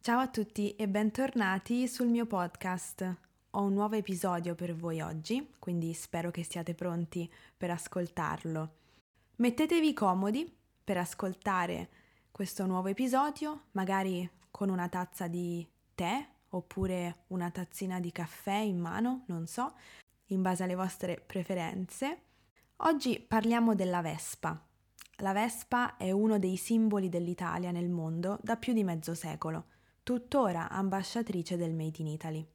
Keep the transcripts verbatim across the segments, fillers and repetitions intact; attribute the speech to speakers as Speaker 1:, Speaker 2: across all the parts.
Speaker 1: Ciao a tutti e bentornati sul mio podcast. Ho un nuovo episodio per voi oggi, quindi spero che siate pronti per ascoltarlo. Mettetevi comodi per ascoltare questo nuovo episodio, magari con una tazza di tè oppure una tazzina di caffè in mano, non so, in base alle vostre preferenze. Oggi parliamo della Vespa. La Vespa è uno dei simboli dell'Italia nel mondo da più di mezzo secolo, tuttora ambasciatrice del Made in Italy.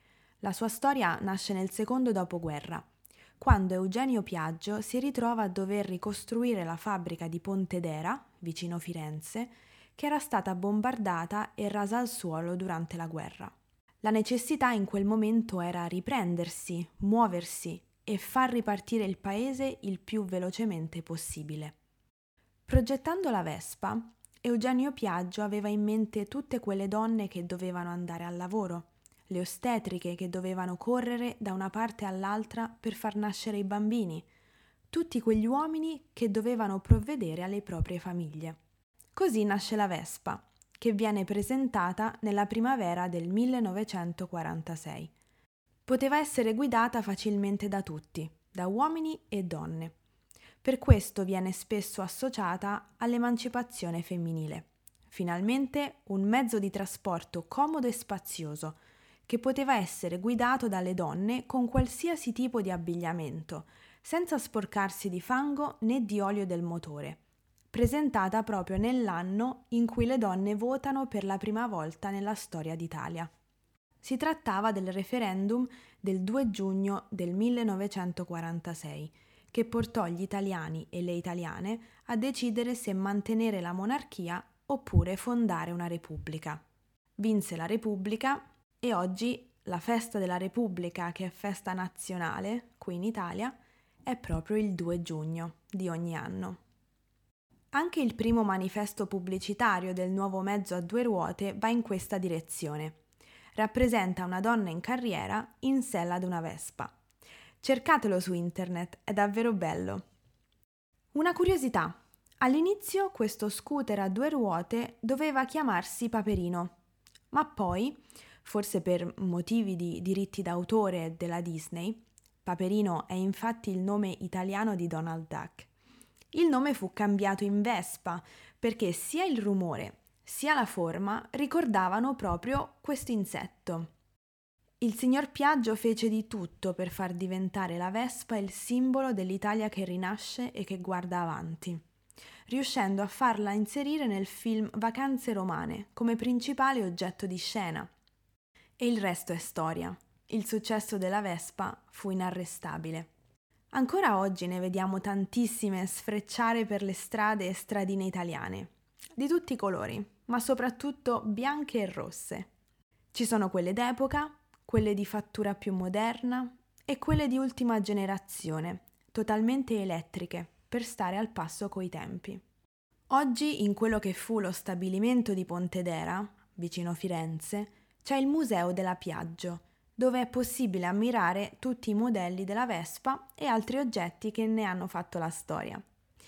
Speaker 1: La sua storia nasce nel secondo dopoguerra, quando Eugenio Piaggio si ritrova a dover ricostruire la fabbrica di Pontedera, vicino Firenze, che era stata bombardata e rasa al suolo durante la guerra. La necessità in quel momento era riprendersi, muoversi e far ripartire il paese il più velocemente possibile. Progettando la Vespa, Eugenio Piaggio aveva in mente tutte quelle donne che dovevano andare al lavoro, le ostetriche che dovevano correre da una parte all'altra per far nascere i bambini, tutti quegli uomini che dovevano provvedere alle proprie famiglie. Così nasce la Vespa, che viene presentata nella primavera del millenovecentoquarantasei. Poteva essere guidata facilmente da tutti, da uomini e donne. Per questo viene spesso associata all'emancipazione femminile. Finalmente un mezzo di trasporto comodo e spazioso, che poteva essere guidato dalle donne con qualsiasi tipo di abbigliamento, senza sporcarsi di fango né di olio del motore. Presentata proprio nell'anno in cui le donne votano per la prima volta nella storia d'Italia. Si trattava del referendum del due giugno del millenovecentoquarantasei, che portò gli italiani e le italiane a decidere se mantenere la monarchia oppure fondare una repubblica. Vinse la Repubblica e oggi la festa della Repubblica, che è festa nazionale qui in Italia, è proprio il due giugno di ogni anno. Anche il primo manifesto pubblicitario del nuovo mezzo a due ruote va in questa direzione. Rappresenta una donna in carriera in sella ad una Vespa. Cercatelo su internet, è davvero bello. Una curiosità: all'inizio questo scooter a due ruote doveva chiamarsi Paperino, ma poi, forse per motivi di diritti d'autore della Disney, Paperino è infatti il nome italiano di Donald Duck, il nome fu cambiato in Vespa perché sia il rumore sia la forma ricordavano proprio questo insetto. Il signor Piaggio fece di tutto per far diventare la Vespa il simbolo dell'Italia che rinasce e che guarda avanti, riuscendo a farla inserire nel film Vacanze romane come principale oggetto di scena. E il resto è storia. Il successo della Vespa fu inarrestabile. Ancora oggi ne vediamo tantissime sfrecciare per le strade e stradine italiane, di tutti i colori, ma soprattutto bianche e rosse. Ci sono quelle d'epoca, quelle di fattura più moderna e quelle di ultima generazione, totalmente elettriche, per stare al passo coi tempi. Oggi, in quello che fu lo stabilimento di Pontedera, vicino Firenze, c'è il Museo della Piaggio, dove è possibile ammirare tutti i modelli della Vespa e altri oggetti che ne hanno fatto la storia.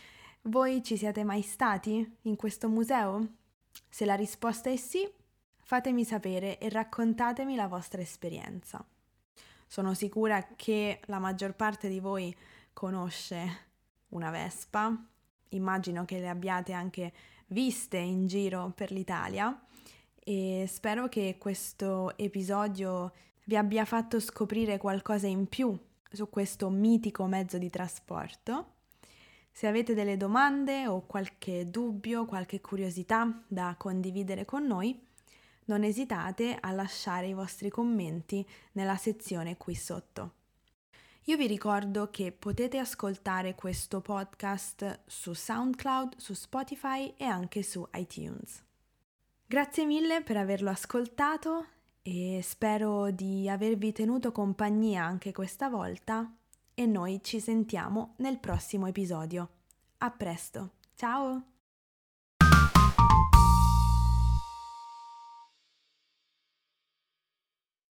Speaker 1: Voi ci siete mai stati in questo museo? Se la risposta è sì, fatemi sapere e raccontatemi la vostra esperienza. Sono sicura che la maggior parte di voi conosce una Vespa, immagino che le abbiate anche viste in giro per l'Italia e spero che questo episodio vi abbia fatto scoprire qualcosa in più su questo mitico mezzo di trasporto. Se avete delle domande o qualche dubbio, qualche curiosità da condividere con noi, non esitate a lasciare i vostri commenti nella sezione qui sotto. Io vi ricordo che potete ascoltare questo podcast su SoundCloud, su Spotify e anche su iTunes. Grazie mille per averlo ascoltato e spero di avervi tenuto compagnia anche questa volta e noi ci sentiamo nel prossimo episodio. A presto, ciao!